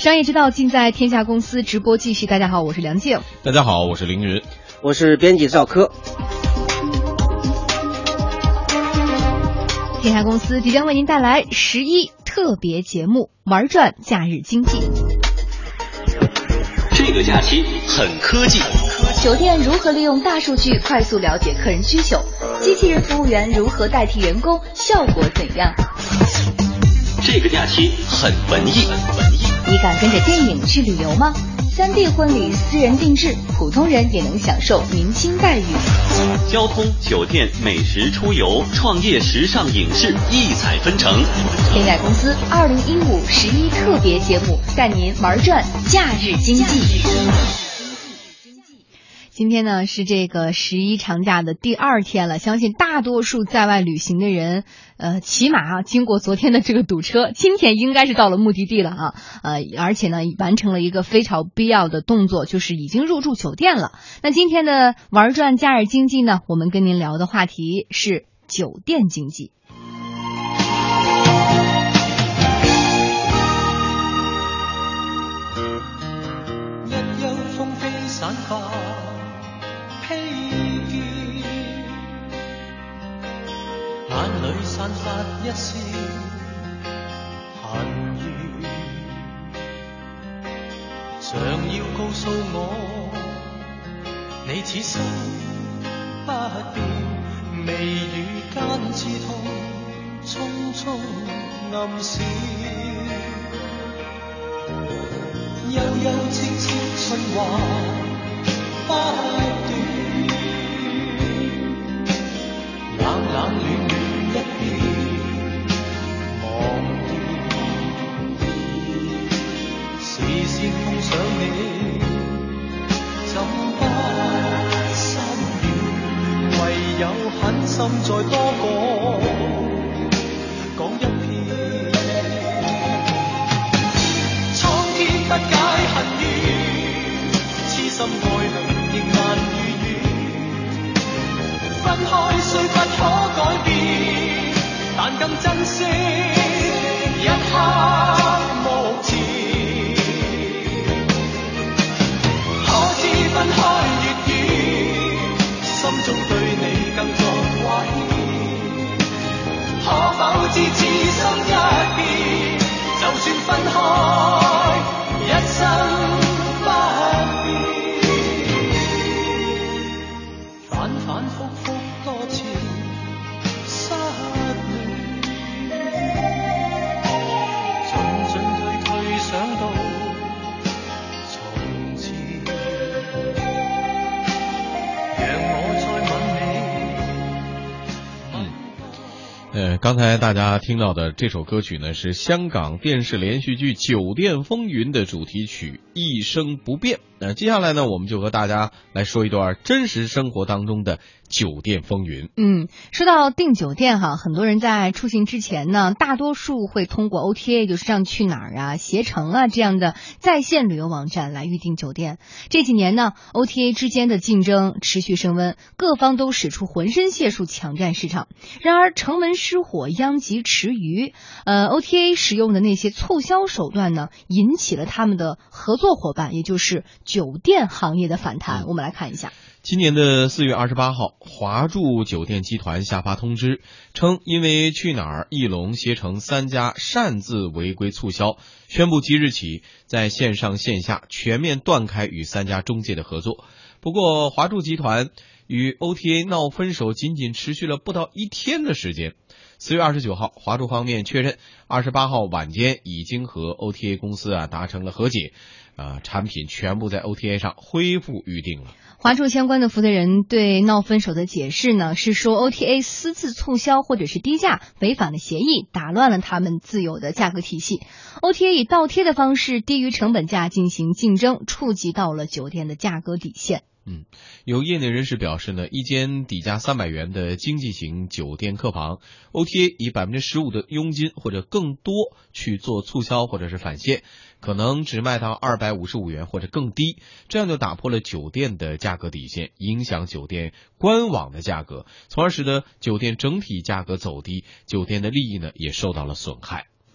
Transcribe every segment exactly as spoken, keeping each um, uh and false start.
商业之道尽在天下公司，直播继续。大家好，我是梁静。 大家好，我是凌云。 我是编辑赵科。 天下公司即将为您带来十一特别节目，玩转假日经济。 这个假期很科技， 酒店如何利用大数据快速了解客人需求？机器人服务员如何代替人工？效果怎样？ 这个假期很文艺，很文艺。 你敢跟着电影去旅游吗？三 D 婚礼私人定制，普通人也能享受明星待遇。 交通、酒店、美食、出游、创业、时尚、影视，一彩纷呈。 天下公司二零一五十一特别节目，带您玩转假日经济。 今天呢是这个十一长假的第二天了，相信大多数在外旅行的人，呃，起码啊，经过昨天的这个堵车，今天应该是到了目的地了啊，呃，而且呢，完成了一个非常必要的动作，就是已经入住酒店了。那今天的玩转假日经济呢，我们跟您聊的话题是酒店经济。 一休風飛散發披肩，眼裏散發一絲恨怨，常要告訴我，你此生不變，眉宇間刺痛，匆匆暗閃，悠悠戚戚春華不斷，冷冷暖暖一片忘掉，視線碰上你怎不心軟，唯有狠心再多講講一遍，蒼天不解恨怨，痴心愛侶亦難如願，分開雖不可改變，但更珍惜一刻目前，可知分開越遠，心中對你更作懷念，可否知此生一變，就算分開一生不變，反反复复多次失戀，進進退退想到從前，讓我再吻你。 嗯，呃，刚才大家听到的这首歌曲呢，是香港电视连续剧《酒店风云》的主题曲《一生不变》。那接下来呢，我们就和大家来说一段真实生活当中的酒店风云。 嗯，说到订酒店哈，很多人在出行之前呢，大多数会通过 O T A， 就是上去哪儿啊、携程啊这样的在线旅游网站来预订酒店。这几年呢 ，O T A 之间的竞争持续升温，各方都使出浑身解数抢占市场。然而城门失火，殃及池鱼。呃 ，O T A 使用的那些促销手段呢，引起了他们的合作伙伴，也就是酒店行业的反弹。我们来看一下。 今年的四月二十八号，华住酒店集团下发通知，称因为去哪儿、艺龙、携程三家擅自违规促销，宣布即日起在线上线下全面断开与三家中介的合作。不过，华住集团与 O T A 闹分手仅仅持续了不到一天的时间。四月二十九号，华住方面确认，二十八号晚间已经和 O T A 公司啊达成了和解，呃，产品全部在 O T A 上恢复预定了。 华住相关的负责人对闹分手的解释呢，是说 O T A 私自促销或者是低价，违反了协议，打乱了他们自有的价格体系。O T A 以倒贴的方式低于成本价进行竞争，触及到了酒店的价格底线。 嗯，有业内人士表示呢，一间底价三百元的经济型酒店客房 ，O T A 以百分之十五的佣金或者更多去做促销或者是返现，可能只卖到二百五十五元或者更低，这样就打破了酒店的价格底线，影响酒店官网的价格，从而使得酒店整体价格走低，酒店的利益呢也受到了损害。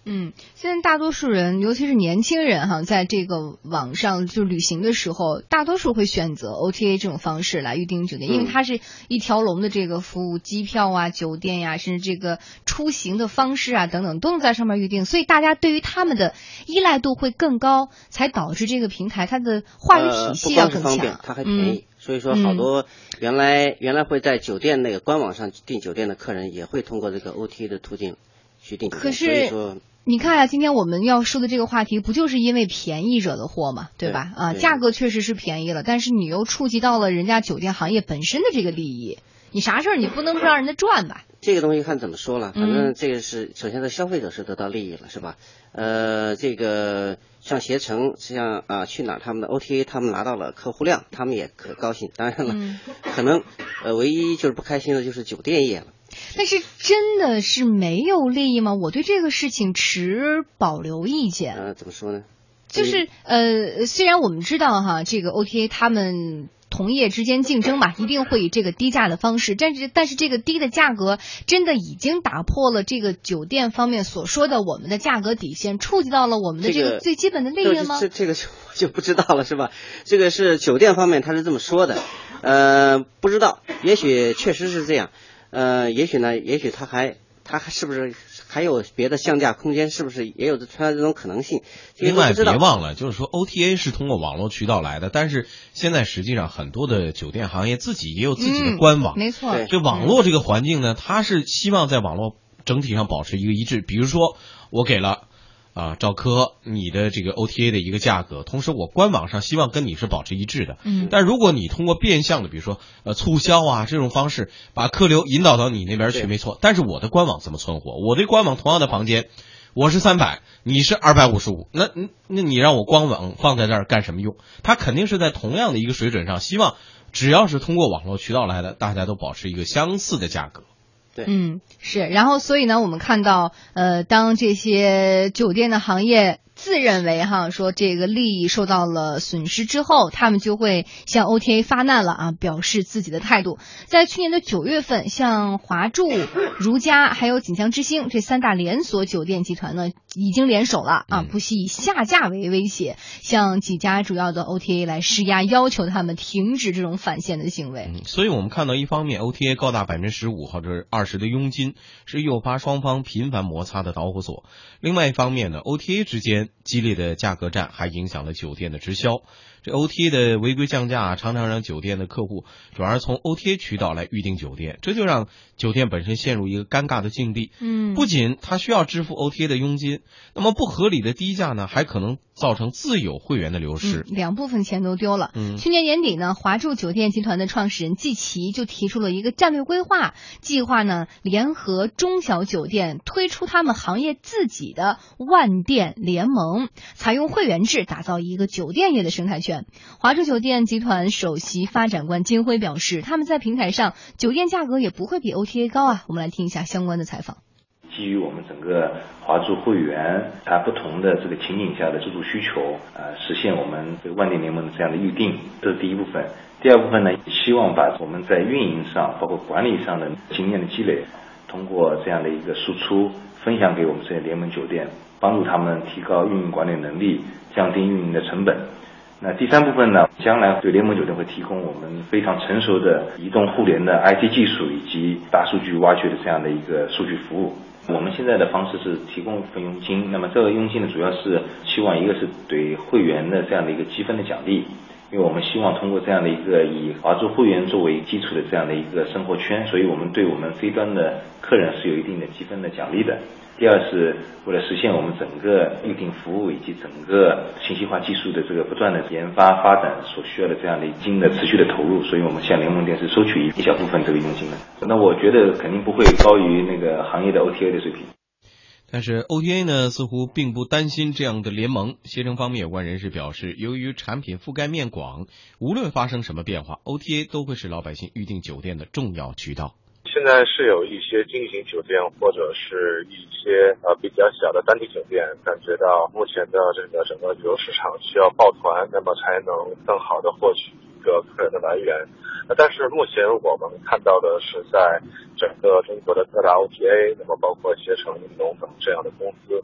嗯，现在大多数人，尤其是年轻人哈，在这个网上就旅行的时候，大多数会选择 O T A 这种方式来预订酒店，因为它是一条龙的这个服务，机票啊、酒店呀、啊，甚至这个出行的方式啊等等，都能在上面预订，所以大家对于他们的依赖度会更高，才导致这个平台它的话语体系要更强，呃、 不光是方便，它还便宜。嗯，所以说，好多原来、嗯、原来会在酒店那个官网上订酒店的客人，也会通过这个 O T A 的途径去订酒店。 可是， 所以说你看啊，今天我们要说的这个话题，不就是因为便宜惹的祸嘛，对吧？ 对啊，价格确实是便宜了，但是你又触及到了人家酒店行业本身的这个利益，你啥事儿你不能不让人家赚吧？ 这个东西看怎么说了，反正这个是、嗯、首先的消费者是得到利益了，是吧？呃，这个像携程，像啊去哪儿他们的 O T A， 他们拿到了客户量，他们也可高兴。当然了，嗯、可能呃唯一就是不开心的就是酒店业了。 但是真的是没有利益吗？我对这个事情持保留意见。 呃，怎么说呢？ 就是呃，虽然我们知道哈，这个 O T A 他们同业之间竞争嘛，一定会以这个低价的方式，但是但是这个低的价格真的已经打破了这个酒店方面所说的我们的价格底线，触及到了我们的这个最基本的利润吗？ 这个、这, 这个就就不知道了，是吧？这个是酒店方面他是这么说的，呃，不知道，也许确实是这样，呃，也许呢，也许他还他还是不是还有别的降价空间，是不是也有存在这种可能性？ 另外别忘了，就是说 O T A 是通过网络渠道来的，但是现在实际上很多的酒店行业自己也有自己的官网， 嗯、没错。 这网络这个环境呢，它是希望在网络整体上保持一个一致。比如说，我给了啊赵科你的这个 O T A 的一个价格，同时我官网上希望跟你是保持一致的。 嗯。 但如果你通过变相的，比如说呃促销啊这种方式，把客流引导到你那边去，没错。但是我的官网怎么存活？我的官网同样的房间，我是三百，你是二百五十五，那那你让我官网放在这儿干什么用？它肯定是在同样的一个水准上，希望只要是通过网络渠道来的，大家都保持一个相似的价格。 对， 嗯，是，然后所以呢，我们看到，呃，当这些酒店的行业自认为哈说这个利益受到了损失之后，他们就会向 O T A 发难了啊，表示自己的态度。在去年的九月份，像华住、如家还有锦江之星这三大连锁酒店集团呢，已经联手了啊，不惜以下架为威胁，向几家主要的 O T A 来施压，要求他们停止这种返现的行为。 嗯，所以我们看到一方面 O T A 高达百分之十五或者二十的佣金是诱发双方频繁摩擦的导火索，另外一方面呢 O T A 之间激烈的价格战还影响了酒店的直销。这 O T A 的违规降价常常让酒店的客户转而从 O T A 渠道来预订酒店，这就让酒店本身陷入一个尴尬的境地。 嗯， 不仅他需要支付 O T A 的佣金，那么不合理的低价呢，还可能造成自有会员的流失， 嗯、两部分钱都丢了。 嗯， 去年年底呢，华住酒店集团的创始人季琦就提出了一个战略规划计划呢，联合中小酒店推出他们行业自己的万店联盟，采用会员制打造一个酒店业的生态圈。华住酒店集团首席发展官金辉表示，他们在平台上酒店价格也不会比 O T A 高啊。我们来听一下相关的采访。 基于我们整个华住会员它不同的这个情景下的自助需求，呃，实现我们这个万店联盟的这样的预定，这是第一部分。第二部分呢，希望把我们在运营上包括管理上的经验的积累，通过这样的一个输出分享给我们这些联盟酒店，帮助他们提高运营管理能力，降低运营的成本。那第三部分呢，将来对联盟酒店会提供我们非常成熟的移动互联的 I T 技术以及大数据挖掘的这样的一个数据服务。我们现在的方式是提供一份佣金，那么这个佣金呢，主要是希望一个是对会员的这样的一个积分的奖励，因为我们希望通过这样的一个以华住会员作为基础的这样的一个生活圈，所以我们对我们 C 端的客人是有一定的积分的奖励的。第二是为了实现我们整个预订服务以及整个信息化技术的这个不断的研发发展所需要的这样的金的持续的投入，所以我们向联盟店是收取一小部分这个佣金的。那我觉得肯定不会高于那个行业的 O T A 的水平。 但是 O T A 呢，似乎并不担心这样的联盟。携程方面有关人士表示，由于产品覆盖面广，无论发生什么变化 ，O T A 都会是老百姓预订酒店的重要渠道。 现在是有一些经济型酒店或者是一些呃比较小的单体酒店，感觉到目前的这个整个旅游市场需要抱团，那么才能更好的获取一个客人的来源。呃、但是目前我们看到的是，在整个中国的各大 O T A， 那么包括携程、运龙等这样的公司，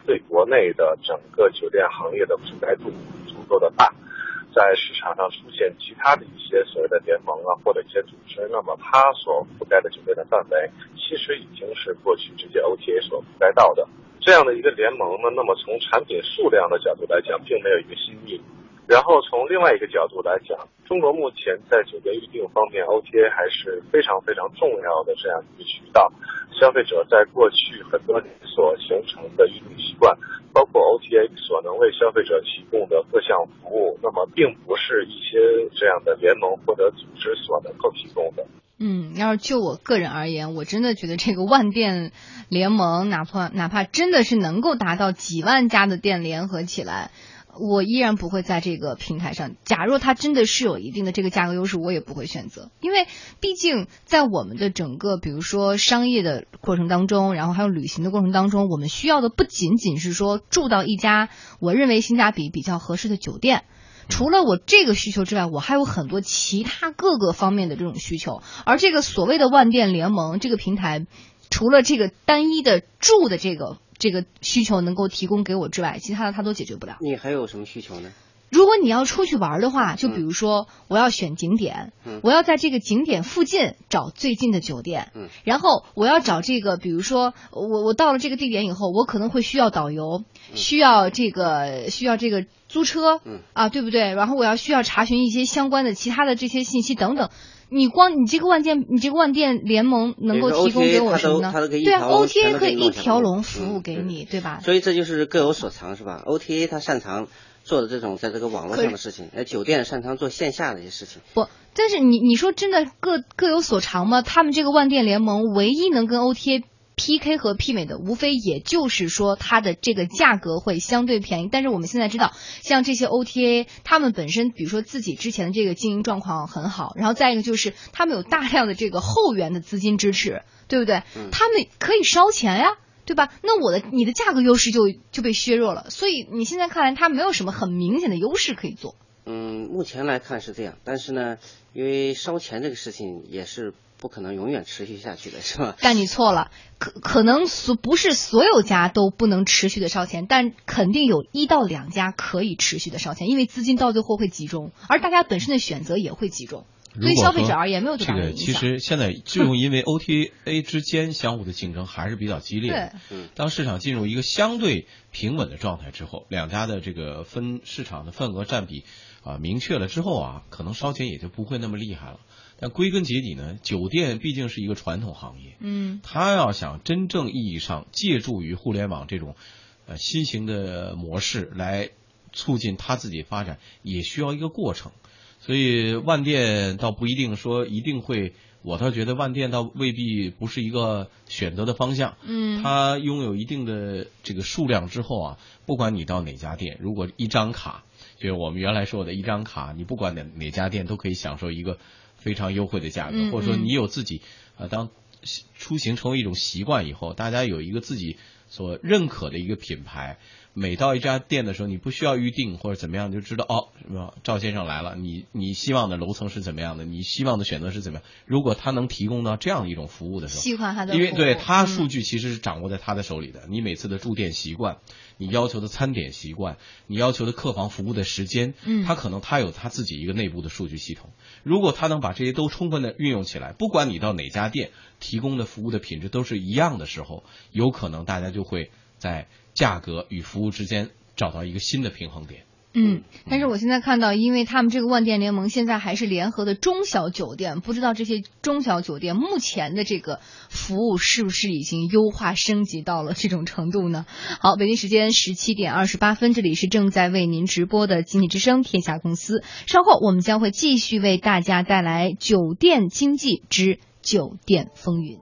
对国内的整个酒店行业的覆盖度足够的大，在市场上出现其他的一些所谓的联盟啊，或者一些组织，那么它所覆盖的酒店的范围其实已经是过去这些 O T A 所覆盖到的。这样的一个联盟呢，那么从产品数量的角度来讲，并没有一个新意。然后从另外一个角度来讲，中国目前在酒店预订方面 O T A 还是非常非常重要的这样一个渠道。消费者在过去很多年所形成的预订习惯，包括 O T A 所能为消费者提供的各项服务，那么并不是一些这样的联盟或者组织所能够提供的。 嗯，要是就我个人而言，我真的觉得这个万店联盟，哪怕哪怕真的是能够达到几万家的店联合起来，我依然不会在这个平台上。假如它真的是有一定的这个价格优势，我也不会选择，因为毕竟在我们的整个比如说商业的过程当中，然后还有旅行的过程当中，我们需要的不仅仅是说住到一家我认为性价比比较合适的酒店。除了我这个需求之外，我还有很多其他各个方面的这种需求，而这个所谓的万店联盟这个平台，除了这个单一的住的这个这个需求能够提供给我之外，其他的它都解决不了。 你还有什么需求呢？ 如果你要出去玩的话，就比如说我要选景点，嗯、我要在这个景点附近找最近的酒店，嗯、然后我要找这个，比如说我我到了这个地点以后，我可能会需要导游，嗯、需要这个需要这个租车，嗯啊，对不对？然后我要需要查询一些相关的其他的这些信息等等。你光你这个万店，你这个万店联盟能够提供给我什么呢？对啊 ，O T A 可以一条龙服务给你，嗯、对吧？ 所以这就是各有所长，是吧 ？O T A 它擅长做的这种在这个网络上的事情，而酒店擅长做线下的一些事情。 不，但是你你说真的各各有所长吗？他们这个万店联盟唯一能跟 O T A P K 和媲美的，无非也就是说它的这个价格会相对便宜。但是我们现在知道，像这些 O T A， 他们本身比如说自己之前的这个经营状况很好，然后再一个就是他们有大量的这个后援的资金支持，对不对？嗯、他们可以烧钱呀。对吧？那我的你的价格优势就就被削弱了，所以你现在看来它没有什么很明显的优势可以做。 嗯，目前来看是这样，但是呢，因为烧钱这个事情也是不可能永远持续下去的，是吧？ 但你错了，可可能所不是所有家都不能持续的烧钱，但肯定有一到两家可以持续的烧钱，因为资金到最后会集中，而大家本身的选择也会集中。对于消费者而言没有多大的影响。 这个其实现在就因为 O T A 之间相互的竞争还是比较激烈的。 对， 当市场进入一个相对平稳的状态之后，两家的这个分市场的份额占比啊、呃、明确了之后啊，可能烧钱也就不会那么厉害了。但归根结底呢，酒店毕竟是一个传统行业， 嗯， 它要想真正意义上借助于互联网这种呃新型的模式来促进它自己发展，也需要一个过程。所以万店倒不一定说一定会，我倒觉得万店倒未必不是一个选择的方向。 嗯， 它拥有一定的这个数量之后啊，不管你到哪家店，如果一张卡，就是我们原来说的一张卡，你不管哪哪家店都可以享受一个非常优惠的价格， 嗯嗯、 或者说你有自己呃当出行成为一种习惯以后，大家有一个自己所认可的一个品牌。每到一家店的时候，你不需要预定或者怎么样，就知道哦，什么赵先生来了，你你希望的楼层是怎么样的，你希望的选择是怎么样。如果他能提供到这样一种服务的时候， 细化他的服务， 因为对他数据其实是掌握在他的手里的。嗯、你每次的住店习惯，你要求的餐点习惯，你要求的客房服务的时间， 嗯， 他可能他有他自己一个内部的数据系统。如果他能把这些都充分的运用起来，不管你到哪家店提供的服务的品质都是一样的时候，有可能大家就会在价格与服务之间找到一个新的平衡点。 嗯，但是我现在看到，因为他们这个万店联盟现在还是联合的中小酒店，不知道这些中小酒店目前的这个服务是不是已经优化升级到了这种程度呢？好，北京时间十七点二十八分，这里是正在为您直播的经济之声天下公司，稍后我们将会继续为大家带来酒店经济之酒店风云。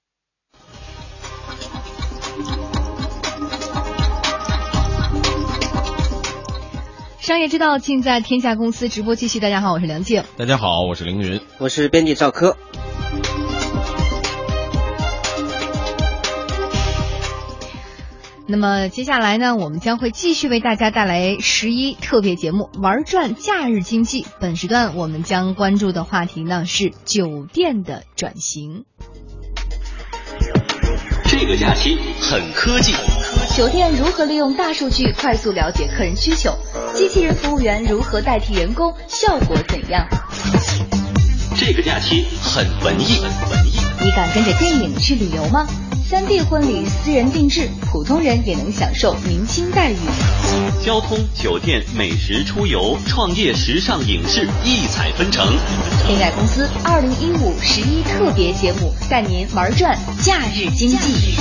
商业之道尽在天下公司直播继续。大家好，我是梁静。 大家好，我是凌云。 我是编辑赵科。 那么接下来呢，我们将会继续为大家带来十一特别节目，玩转假日经济。本时段我们将关注的话题呢是酒店的转型。 这个假期很科技。 酒店如何利用大数据快速了解客人需求？机器人服务员如何代替员工？效果怎样？ 这个假期很文艺，很文艺。 你敢跟着电影去旅游吗？三 D 婚礼私人定制，普通人也能享受明星待遇。 交通、酒店、美食、出游、创业、时尚、影视，一彩纷呈。 天爱公司二零一五十一特别节目，带您玩转假日经济。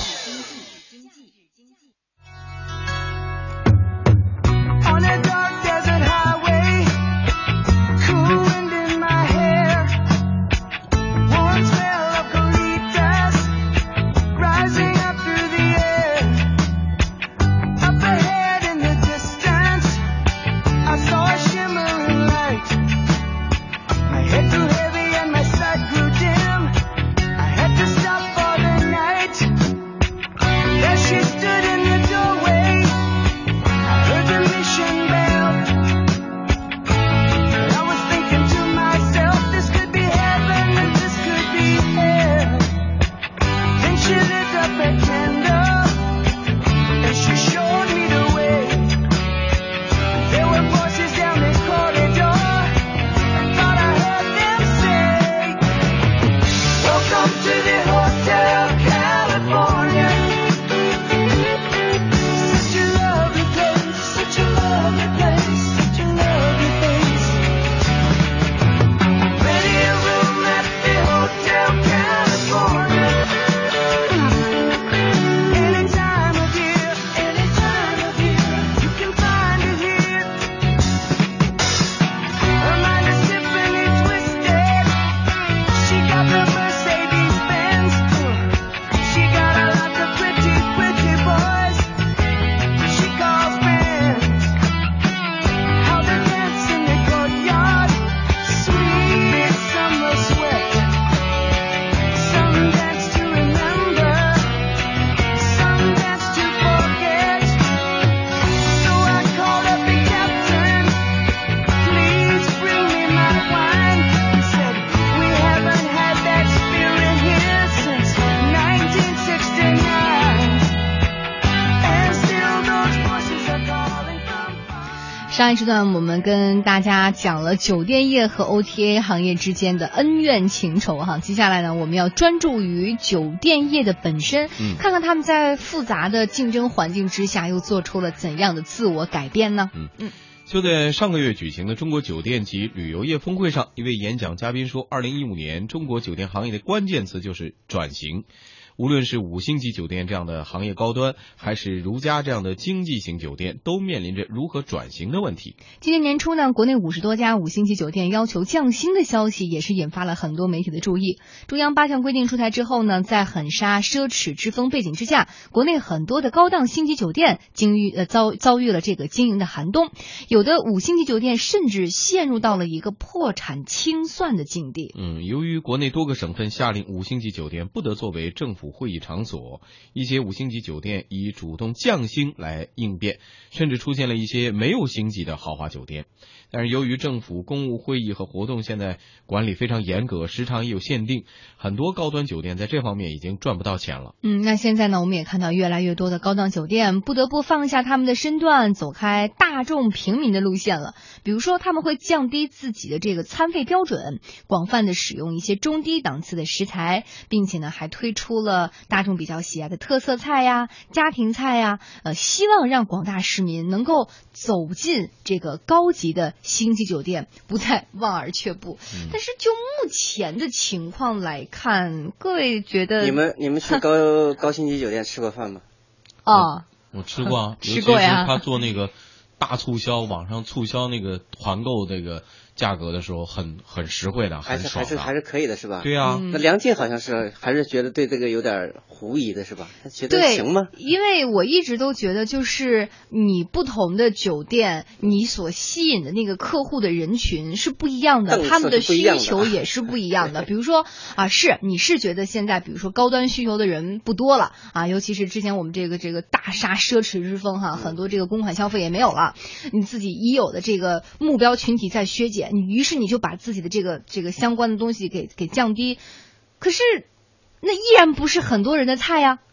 上一时段我们跟大家讲了酒店业和 O T A 行业之间的恩怨情仇哈，接下来呢我们要专注于酒店业的本身，嗯、看看他们在复杂的竞争环境之下又做出了怎样的自我改变呢？ 嗯嗯。就在上个月举行的中国酒店及旅游业峰会上，一位演讲嘉宾说，二零一五年中国酒店行业的关键词就是转型。无论是五星级酒店这样的行业高端，还是如家这样的经济型酒店，都面临着如何转型的问题。 今年年初呢，国内五十多家五星级酒店要求降薪的消息也是引发了很多媒体的注意。中央八项规定出台之后呢，在狠杀奢侈之风背景之下，国内很多的高档星级酒店经遇呃遭遭遇了这个经营的寒冬，有的五星级酒店甚至陷入到了一个破产清算的境地。 嗯，由于国内多个省份下令五星级酒店不得作为政府会议场所，一些五星级酒店以主动降薪来应变，甚至出现了一些没有星级的豪华酒店。但是由于政府公务会议和活动现在管理非常严格，时长也有限定，很多高端酒店在这方面已经赚不到钱了。 嗯，那现在呢，我们也看到越来越多的高档酒店不得不放下他们的身段，走开大众平民的路线了。比如说他们会降低自己的这个餐费标准，广泛的使用一些中低档次的食材，并且呢还推出了大众比较喜爱的特色菜呀、家庭菜呀，呃，希望让广大市民能够走进这个高级的星级酒店，不再望而却步。嗯、但是就目前的情况来看，各位觉得你们你们去高高星级酒店吃过饭吗？ 哦， 我吃过啊， 吃过呀。 他做那个大促销，网上促销那个团购这个价格的时候，很很实惠的，很爽的， 还是还是还是可以的，是吧？ 对呀、啊嗯。 那梁静好像是还是觉得对这个有点狐疑的，是吧？他觉得行吗？ 因为我一直都觉得，就是你不同的酒店，你所吸引的那个客户的人群是不一样的，他们的需求也是不一样的。比如说啊，是你是觉得现在，比如说高端需求的人不多了啊，尤其是之前我们这个这个大杀奢侈之风哈，很多这个公款消费也没有了，你自己已有的这个目标群体在削减。你于是你就把自己的这个这个相关的东西给给降低，可是那依然不是很多人的菜呀。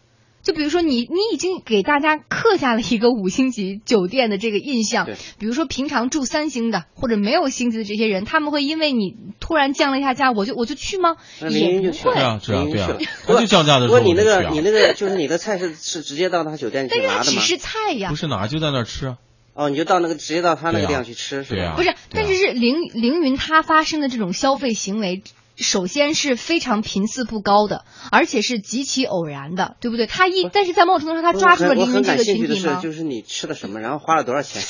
就比如说你你已经给大家刻下了一个五星级酒店的这个印象，比如说平常住三星的或者没有星级的这些人，他们会因为你突然降了一下价，我就我就去吗？也不会。 对啊，是啊，对啊，他就降价的时候， 不过你那个你那个就是你的菜是是直接到他酒店去拿的吗？ 但是它只是菜呀， 不是拿就在那儿吃啊。 哦，你就到那个直接到他那个地方去吃，是吧？ 不是，但是是凌凌云他发生的这种消费行为，首先是非常频次不高的，而且是极其偶然的，对不对？他一但是在某种程度上，他抓住了凌云这个群体吗？ 我很感兴趣的是，就是你吃了什么，然后花了多少钱？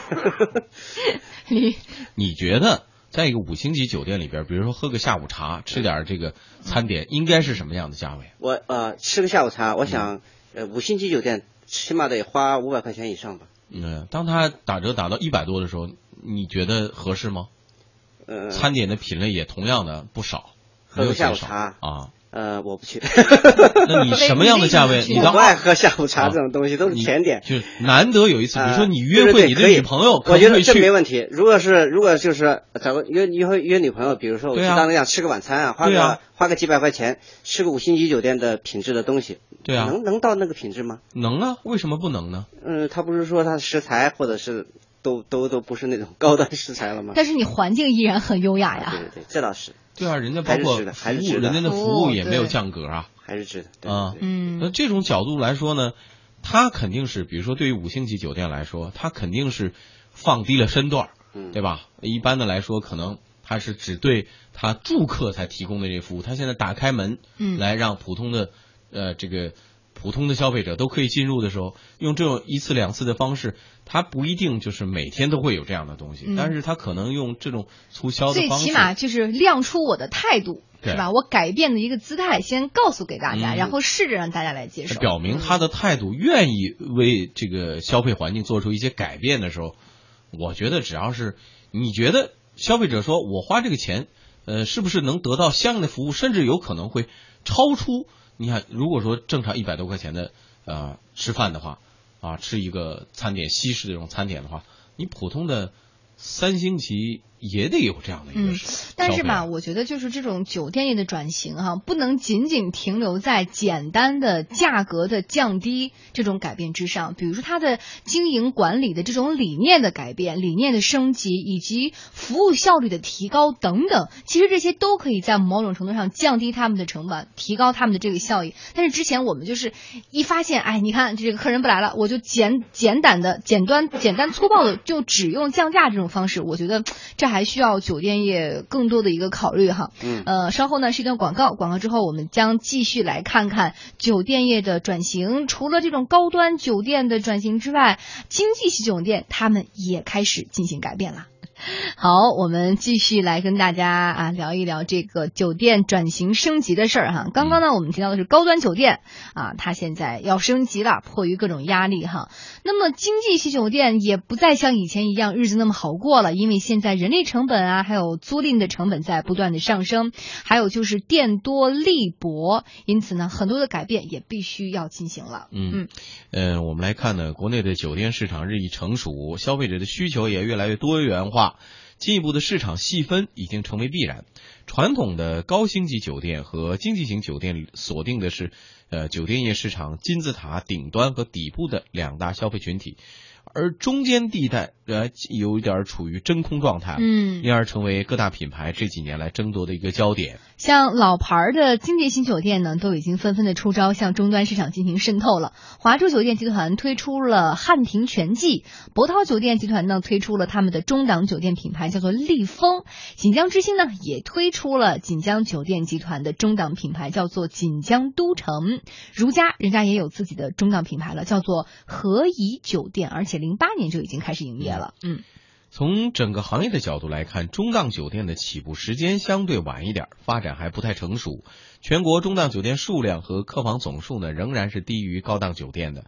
你你觉得在一个五星级酒店里边，比如说喝个下午茶，吃点这个餐点，应该是什么样的价位？ 我呃吃个下午茶，我想、嗯、呃五星级酒店起码得花五百块钱以上吧。 嗯，当它打折打到一百多的时候，你觉得合适吗？ 呃， 餐点的品类也同样的不少， 喝个下午茶啊。 呃，我不去。 那你什么样的价位？你不爱喝下午茶这种东西，都是甜点。 就是难得有一次，比如说你约会你的女朋友， 我觉得这没问题。如果是如果就是找个约约会约女朋友，比如说我去当那样吃个晚餐啊，花个花个几百块钱吃个五星级酒店的品质的东西， 对啊， 能能到那个品质吗？ 能啊，为什么不能呢？ 嗯，他不是说他食材或者是都都都不是那种高端食材了吗？ 但是你环境依然很优雅呀。 对对对，这倒是。 对啊，人家包括服务，人家的服务也没有降格啊， 还是值的啊。 嗯， 那这种角度来说呢，它肯定是，比如说对于五星级酒店来说，它肯定是放低了身段， 嗯， 对吧？一般的来说，可能它是只对他住客才提供的这些服务，他现在打开门， 嗯， 来让普通的呃这个普通的消费者都可以进入的时候，用这种一次两次的方式。它不一定就是每天都会有这样的东西， 嗯、 但是它可能用这种促销的方式， 最起码就是亮出我的态度，是吧？我改变的一个姿态，先告诉给大家， 嗯、 然后试着让大家来接受， 表明他的态度，愿意为这个消费环境做出一些改变的时候，我觉得只要是你觉得消费者说我花这个钱，呃，是不是能得到相应的服务，甚至有可能会超出。你看，如果说正常一百多块钱的呃吃饭的话。啊，吃一个餐点，西式的这种餐点的话，你普通的三星级也得有这样的一个、嗯。 但是吧，我觉得就是这种酒店业的转型哈、啊，不能仅仅停留在简单的价格的降低这种改变之上。比如说它的经营管理的这种理念的改变、理念的升级，以及服务效率的提高等等，其实这些都可以在某种程度上降低他们的成本，提高他们的这个效益。但是之前我们就是一发现，哎，你看这个客人不来了，我就简简短的、简单、简单粗暴的就只用降价这种方式，我觉得这还需要酒店业更多的一个考虑哈。 嗯， 呃，稍后呢是一段广告，广告之后我们将继续来看看酒店业的转型。除了这种高端酒店的转型之外，经济系酒店他们也开始进行改变了。好，我们继续来跟大家啊聊一聊这个酒店转型升级的事儿哈。刚刚呢，我们提到的是高端酒店啊，它现在要升级了，迫于各种压力哈。那么经济系酒店也不再像以前一样日子那么好过了，因为现在人力成本啊，还有租赁的成本在不断的上升，还有就是店多利薄，因此呢，很多的改变也必须要进行了。 嗯嗯，呃，我们来看呢，国内的酒店市场日益成熟，消费者的需求也越来越多元化。进一步的市场细分已经成为必然。传统的高星级酒店和经济型酒店锁定的是，呃，酒店业市场金字塔顶端和底部的两大消费群体，而中间地带呃有一点处于真空状态， 嗯， 因而成为各大品牌这几年来争夺的一个焦点。 像老牌的经济型酒店呢，都已经纷纷的出招，向终端市场进行渗透了。华住酒店集团推出了汉庭全季，博涛酒店集团呢推出了他们的中档酒店品牌，叫做丽枫。锦江之星呢也推出了锦江酒店集团的中档品牌，叫做锦江都城。如家人家也有自己的中档品牌了，叫做和颐酒店，而且零八年就已经开始营业了。嗯。 从整个行业的角度来看，中档酒店的起步时间相对晚一点，发展还不太成熟。全国中档酒店数量和客房总数呢，仍然是低于高档酒店的。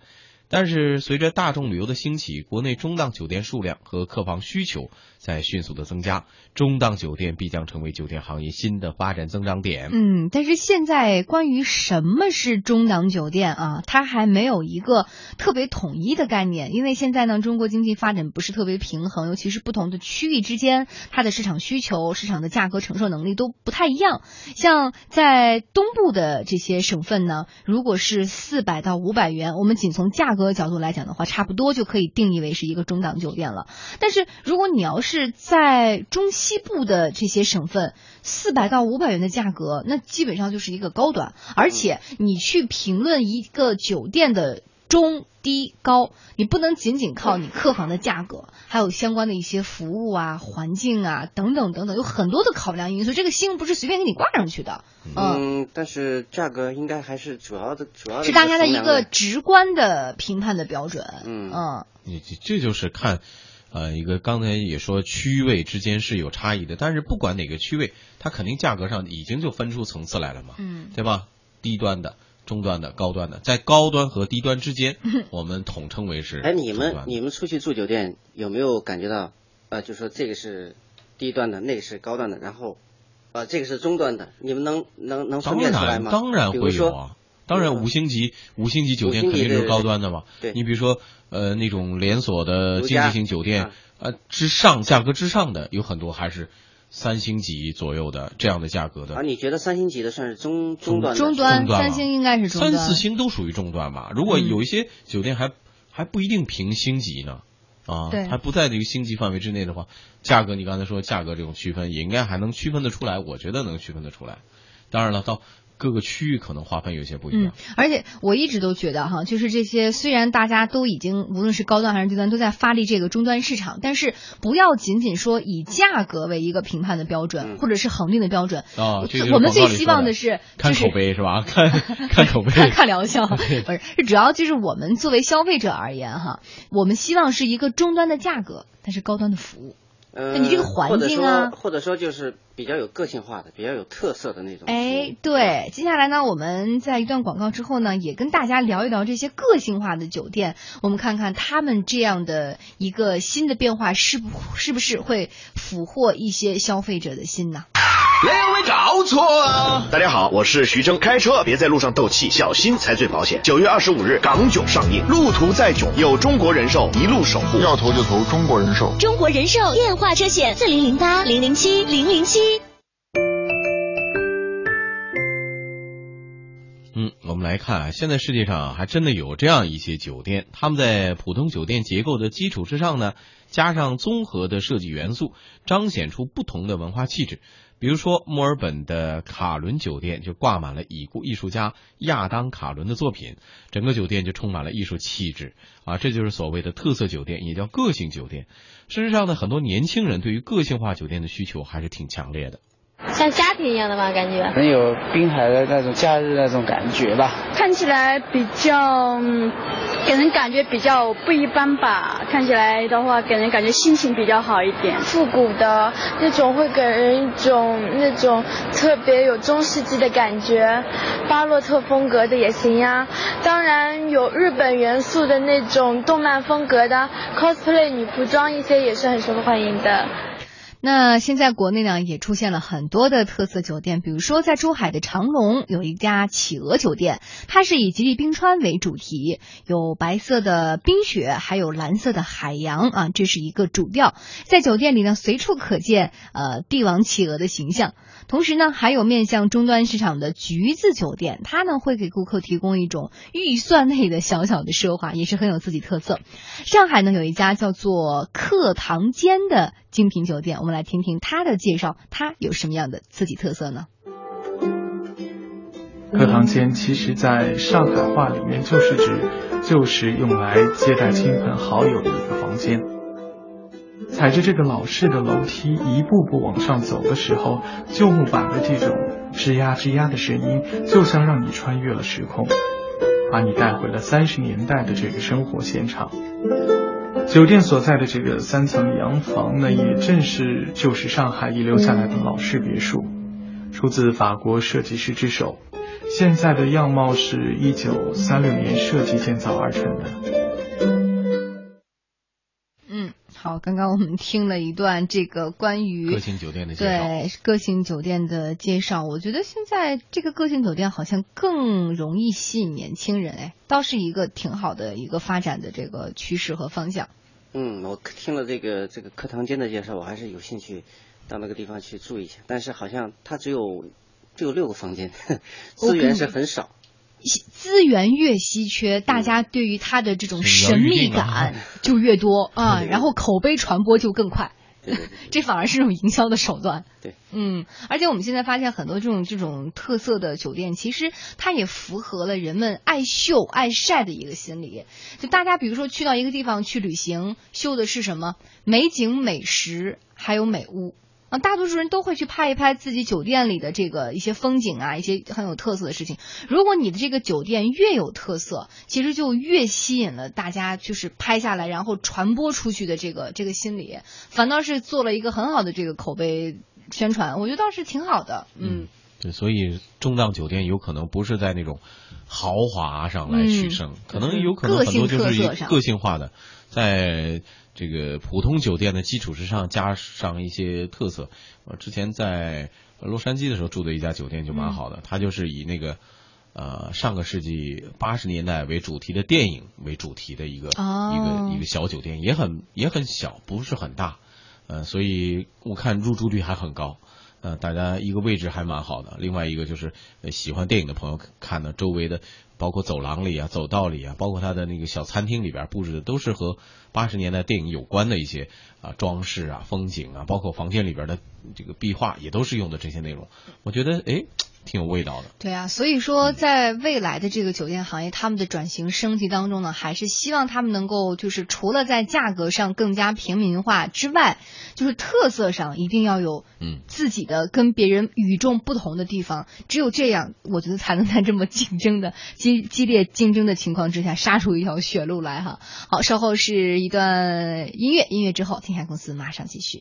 但是随着大众旅游的兴起，国内中档酒店数量和客房需求在迅速的增加，中档酒店必将成为酒店行业新的发展增长点。 嗯，但是现在关于什么是中档酒店啊，它还没有一个特别统一的概念，因为现在呢，中国经济发展不是特别平衡，尤其是不同的区域之间，它的市场需求、市场的价格承受能力都不太一样。像在东部的这些省份呢，如果是四百到五百元，我们仅从价格角度来讲的话，差不多就可以定义为是一个中档酒店了。但是如果你要是在中西部的这些省份，四百到五百元的价格，那基本上就是一个高端。而且你去评论一个酒店的中低高，你不能仅仅靠你客房的价格，还有相关的一些服务啊、环境啊等等等等，有很多的考量因素，这个星不是随便给你挂上去的。 嗯，但是价格应该还是主要的，主要的是大家的一个直观的评判的标准。 嗯嗯， 你这就是看。呃，一个刚才也说区位之间是有差异的，但是不管哪个区位，它肯定价格上已经就分出层次来了嘛， 嗯， 对吧？低端的、中端的、高端的，在高端和低端之间，我们统称为是。 哎，你们你们出去住酒店有没有感觉到，呃，就说这个是低端的，那个是高端的，然后，呃，这个是中端的，你们能能能分辨出来吗？ 当然，当然会有啊。当然，五星级五星级酒店肯定是高端的嘛。 对， 你比如说，呃，那种连锁的经济型酒店，呃，之上价格之上的有很多还是三星级左右的这样的价格的。 啊，你觉得三星级的算是中中端的？ 中端，三星应该是中端。 三四星都属于中端吧？如果有一些酒店还、嗯、还不一定评星级呢，啊，还不在这个星级范围之内的话，价格你刚才说价格这种区分也应该还能区分得出来，我觉得能区分得出来。当然了，到各个区域可能划分有些不一样。 嗯，而且我一直都觉得哈，就是这些虽然大家都已经无论是高端还是低端都在发力这个中端市场，但是不要仅仅说以价格为一个评判的标准、嗯、或者是恒定的标准啊。 我们最希望的是、 就是、看口碑是吧？看看口碑， 看看疗效，不是，是主要就是我们作为消费者而言哈，我们希望是一个中端的价格，但是高端的服务。 呃， 你这个环境啊， 或者说就是比较有个性化的、比较有特色的那种。 哎，对，接下来呢，我们在一段广告之后呢，也跟大家聊一聊这些个性化的酒店，我们看看他们这样的一个新的变化是不是不是会俘获一些消费者的心呢？ 两位搞错啊！大家好，我是徐峥，开车别在路上斗气，小心才最保险。九月二十五日，港囧上映，路途再囧，有中国人寿一路守护。 要投就投中国人寿。 中国人寿电话车险四零零八零零七零零七。 嗯，我们来看啊，现在世界上还真的有这样一些酒店，他们在普通酒店结构的基础之上呢，加上综合的设计元素，彰显出不同的文化气质。比如说墨尔本的卡伦酒店就挂满了已故艺术家亚当卡伦的作品，整个酒店就充满了艺术气质啊，这就是所谓的特色酒店，也叫个性酒店。事实上呢，很多年轻人对于个性化酒店的需求还是挺强烈的。 像家庭一样的吧，感觉能有滨海的那种假日那种感觉吧， 看起来比较、嗯、给人感觉比较不一般吧，看起来的话给人感觉心情比较好一点， 复古的那种会给人一种那种特别有中世纪的感觉，巴洛特风格的也行呀，当然有日本元素的那种动漫风格的 cosplay 女服装一些也是很受欢迎的。 那现在国内呢也出现了很多的特色酒店，比如说在珠海的长隆有一家企鹅酒店，它是以极地冰川为主题，有白色的冰雪还有蓝色的海洋啊，这是一个主调。在酒店里呢随处可见呃帝王企鹅的形象。同时呢还有面向终端市场的橘子酒店，它呢会给顾客提供一种预算内的小小的奢华，也是很有自己特色。上海呢有一家叫做课堂间的精品酒店，我们来听听它的介绍，它有什么样的自己特色呢？ 课堂间其实在上海话里面就是指就是用来接待亲朋好友的一个房间。踩着这个老式的楼梯一步步往上走的时候，旧木板的这种吱呀吱呀的声音就像让你穿越了时空，把你带回了三十年代的这个生活现场。酒店所在的这个三层洋房呢，也正是就是上海遗留下来的老式别墅，出自法国设计师之手，现在的样貌是一九三六年设计建造而成的。 好，刚刚我们听了一段这个关于个性酒店的介绍， 对个性酒店的介绍。我觉得现在这个个性酒店好像更容易吸引年轻人，哎，倒是一个挺好的一个发展的这个趋势和方向。 嗯，我听了这个这个课堂间的介绍，我还是有兴趣到那个地方去住一下，但是好像它只有只有六个房间，资源是很少。 资源越稀缺，大家对于它的这种神秘感就越多啊，然后口碑传播就更快。 对对对， 这反而是一种营销的手段。 对， 嗯，而且我们现在发现很多这种这种特色的酒店，其实它也符合了人们爱秀爱晒的一个心理。就大家比如说去到一个地方去旅行，秀的是什么？美景、美食，还有美物。啊，大多数人都会去拍一拍自己酒店里的这个一些风景啊，一些很有特色的事情。如果你的这个酒店越有特色，其实就越吸引了大家，就是拍下来然后传播出去的这个这个心理，反倒是做了一个很好的这个口碑宣传，我觉得倒是挺好的。嗯， 嗯对，所以中档酒店有可能不是在那种豪华上来取胜，嗯、可能有可能很多就是一个性化的，在这个普通酒店的基础之上加上一些特色。我之前在洛杉矶的时候住的一家酒店就蛮好的，嗯、它就是以那个呃上个世纪八十年代为主题的电影为主题的一个、哦、一个一个小酒店，也很也很小，不是很大，呃，所以我看入住率还很高。呃，大家一个位置还蛮好的，另外一个就是呃喜欢电影的朋友看呢，周围的包括走廊里啊、走道里啊，包括它的那个小餐厅里边布置的都是和八十年代电影有关的一些啊装饰啊、风景啊，包括房间里边的这个壁画也都是用的这些内容。我觉得哎，挺有味道的。 对啊，所以说在未来的这个酒店行业，他们的转型升级当中呢，还是希望他们能够就是除了在价格上更加平民化之外，就是特色上一定要有嗯自己的跟别人与众不同的地方。只有这样，我觉得才能在这么竞争的激激烈竞争的情况之下杀出一条血路来哈。好，稍后是一段音乐，音乐之后，天下公司马上继续。